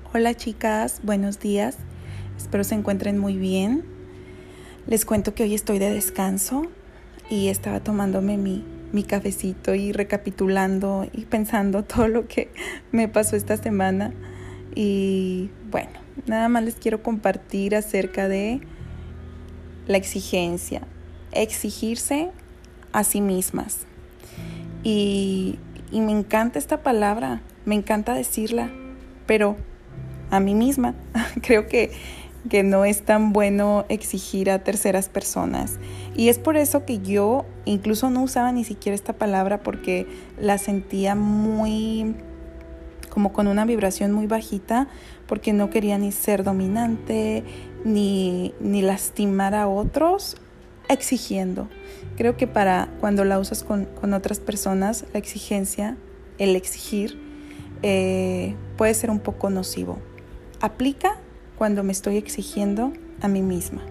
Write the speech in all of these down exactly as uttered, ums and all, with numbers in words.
Hola chicas, buenos días, espero se encuentren muy bien. Les cuento que hoy estoy de descanso y estaba tomándome mi, mi cafecito y recapitulando y pensando todo lo que me pasó esta semana. Y bueno, nada más les quiero compartir acerca de la exigencia, exigirse a sí mismas. Y, y me encanta esta palabra, me encanta decirla, pero a mí misma. Creo que, que no es tan bueno exigir a terceras personas. Y es por eso que yo incluso no usaba ni siquiera esta palabra porque la sentía muy, como con una vibración muy bajita, porque no quería ni ser dominante, ni, ni lastimar a otros exigiendo. Creo que para cuando la usas con, con otras personas, la exigencia, el exigir, eh, puede ser un poco nocivo. Aplica cuando me estoy exigiendo a mí misma.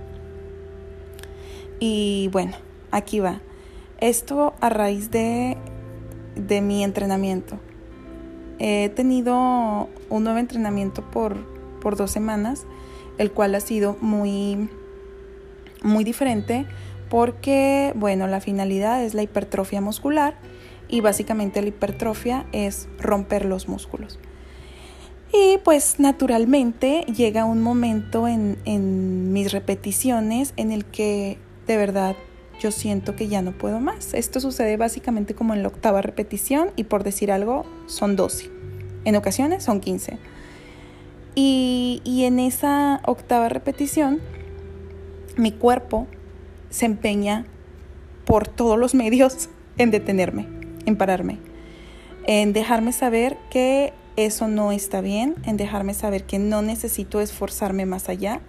Y bueno, aquí va. Esto a raíz de, de mi entrenamiento. He tenido un nuevo entrenamiento por, por dos semanas, el cual ha sido muy, muy diferente porque, bueno, la finalidad es la hipertrofia muscular y básicamente la hipertrofia es romper los músculos. Y pues naturalmente llega un momento en, en mis repeticiones en el que de verdad yo siento que ya no puedo más. Esto sucede básicamente como en la octava repetición y por decir algo son doce. En ocasiones son quince. Y, y en esa octava repetición mi cuerpo se empeña por todos los medios en detenerme, en pararme, en dejarme saber que eso no está bien, en dejarme saber que no necesito esforzarme más allá,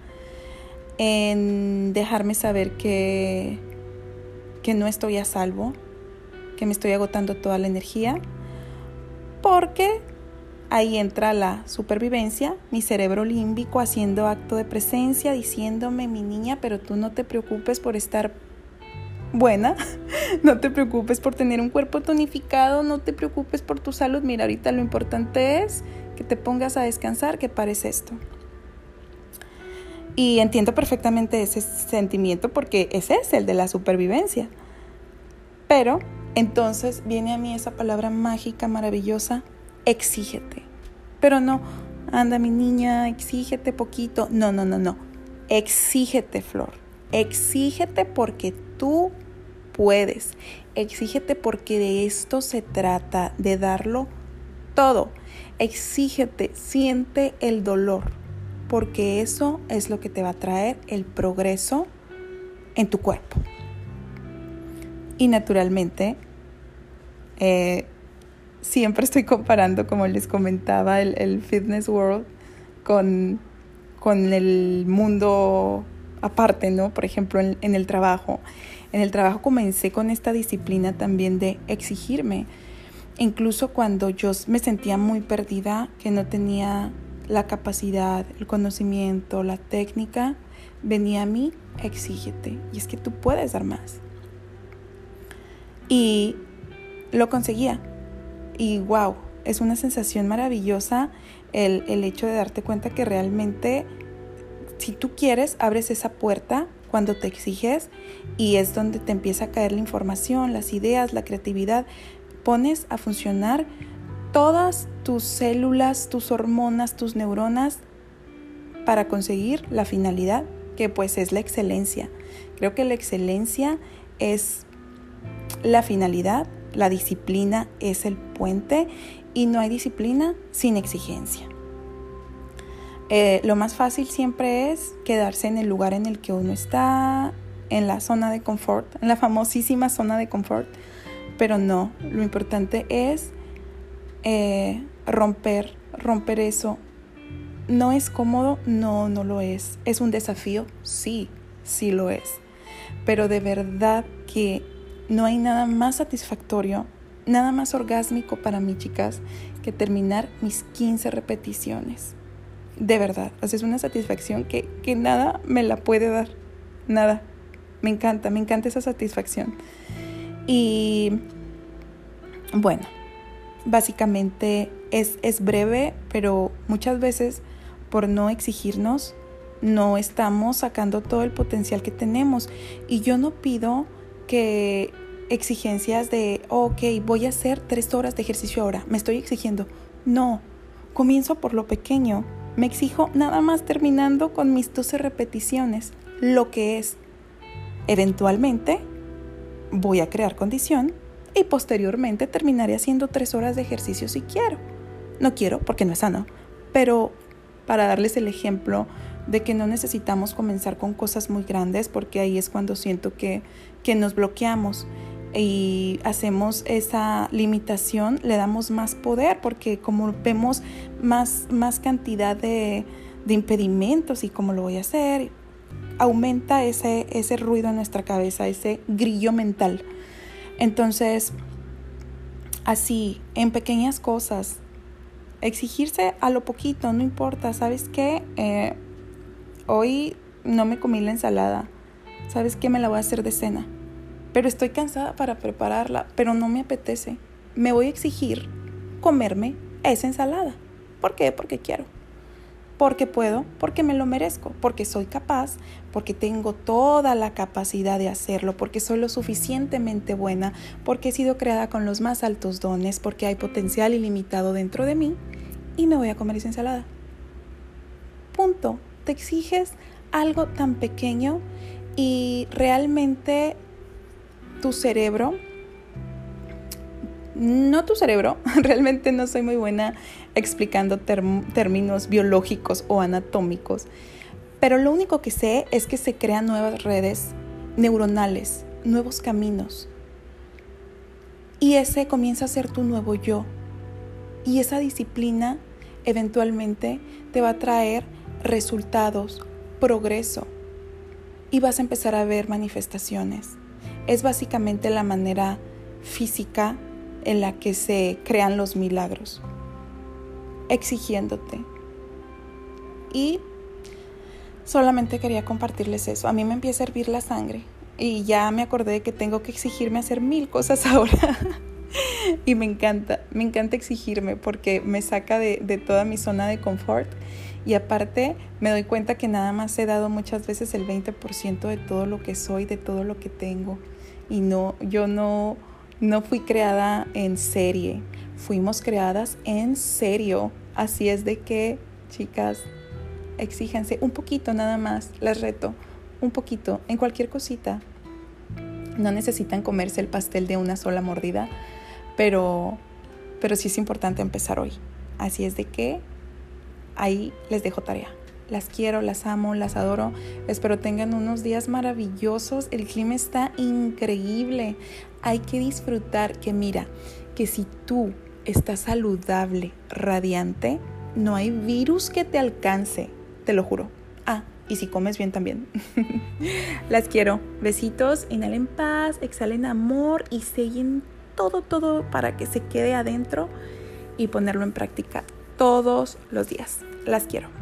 en dejarme saber que, que no estoy a salvo, que me estoy agotando toda la energía, porque ahí entra la supervivencia, mi cerebro límbico haciendo acto de presencia, diciéndome, mi niña, pero tú no te preocupes por estar buena, no te preocupes por tener un cuerpo tonificado, no te preocupes por tu salud. Mira, ahorita lo importante es que te pongas a descansar, que pares esto. Y entiendo perfectamente ese sentimiento porque ese es el de la supervivencia. Pero entonces viene a mí esa palabra mágica, maravillosa, exígete. Pero no, anda mi niña, exígete poquito. No, no, no, no. Exígete, Flor. Exígete porque tú puedes. Exígete porque de esto se trata, de darlo todo. Exígete, siente el dolor, porque eso es lo que te va a traer el progreso en tu cuerpo. Y naturalmente, eh, siempre estoy comparando, como les comentaba, el, el fitness world con, con el mundo aparte, ¿no? Por ejemplo, en, en el trabajo. En el trabajo comencé con esta disciplina también de exigirme. Incluso cuando yo me sentía muy perdida, que no tenía la capacidad, el conocimiento, la técnica, venía a mí, exígete. Y es que tú puedes dar más. Y lo conseguía. Y wow, es una sensación maravillosa el, el hecho de darte cuenta que realmente, si tú quieres, abres esa puerta cuando te exiges y es donde te empieza a caer la información, las ideas, la creatividad. Pones a funcionar todas tus células, tus hormonas, tus neuronas para conseguir la finalidad, que pues es la excelencia. Creo que la excelencia es la finalidad, la disciplina es el puente y no hay disciplina sin exigencia. Eh, lo más fácil siempre es quedarse en el lugar en el que uno está, en la zona de confort, en la famosísima zona de confort, pero no, lo importante es eh, romper, romper eso. ¿No es cómodo? No, no lo es. ¿Es un desafío? Sí, sí lo es. Pero de verdad que no hay nada más satisfactorio, nada más orgásmico para mí, chicas, que terminar mis quince repeticiones. De verdad, o sea, es una satisfacción que, que nada me la puede dar, nada. Me encanta, me encanta esa satisfacción. Y bueno, básicamente es, es breve, pero muchas veces por no exigirnos, no estamos sacando todo el potencial que tenemos. Y yo no pido que exigencias de, oh, ok, voy a hacer tres horas de ejercicio ahora, me estoy exigiendo. No, comienzo por lo pequeño. Me exijo nada más terminando con mis doce repeticiones, lo que es. Eventualmente voy a crear condición y posteriormente terminaré haciendo tres horas de ejercicio si quiero. No quiero porque no es sano, pero para darles el ejemplo de que no necesitamos comenzar con cosas muy grandes, porque ahí es cuando siento que, que nos bloqueamos y hacemos esa limitación, le damos más poder, porque como vemos más, más cantidad de, de impedimentos y cómo lo voy a hacer, aumenta ese, ese ruido en nuestra cabeza, ese grillo mental. Entonces, así, en pequeñas cosas, exigirse a lo poquito, no importa. ¿Sabes qué? Eh, hoy no me comí la ensalada. ¿Sabes qué? Me la voy a hacer de cena. Pero estoy cansada para prepararla, pero no me apetece. Me voy a exigir comerme esa ensalada. ¿Por qué? Porque quiero. Porque puedo, porque me lo merezco, porque soy capaz, porque tengo toda la capacidad de hacerlo, porque soy lo suficientemente buena, porque he sido creada con los más altos dones, porque hay potencial ilimitado dentro de mí y me voy a comer esa ensalada. Punto. Te exiges algo tan pequeño y realmente tu cerebro, no tu cerebro, realmente no soy muy buena explicando term- términos biológicos o anatómicos, pero lo único que sé es que se crean nuevas redes neuronales, nuevos caminos, y ese comienza a ser tu nuevo yo, y esa disciplina eventualmente te va a traer resultados, progreso, y vas a empezar a ver manifestaciones. Es básicamente la manera física en la que se crean los milagros, exigiéndote. Y solamente quería compartirles eso. A mí me empieza a hervir la sangre y ya me acordé de que tengo que exigirme hacer mil cosas ahora. Y me encanta, me encanta exigirme porque me saca de, de toda mi zona de confort. Y aparte me doy cuenta que nada más he dado muchas veces el veinte por ciento de todo lo que soy, de todo lo que tengo. Y no, yo no, no fui creada en serie, fuimos creadas en serio. Así es de que, chicas, exíjanse un poquito nada más, las reto, un poquito, en cualquier cosita. No necesitan comerse el pastel de una sola mordida, pero, pero sí es importante empezar hoy. Así es de que ahí les dejo tarea. Las quiero, las amo, las adoro. Espero tengan unos días maravillosos. El clima está increíble. Hay que disfrutar que mira, que si tú estás saludable, radiante, no hay virus que te alcance, te lo juro. Ah, y si comes bien también. Las quiero. Besitos, inhalen paz, exhalen amor y sellen todo, todo para que se quede adentro y ponerlo en práctica todos los días. Las quiero.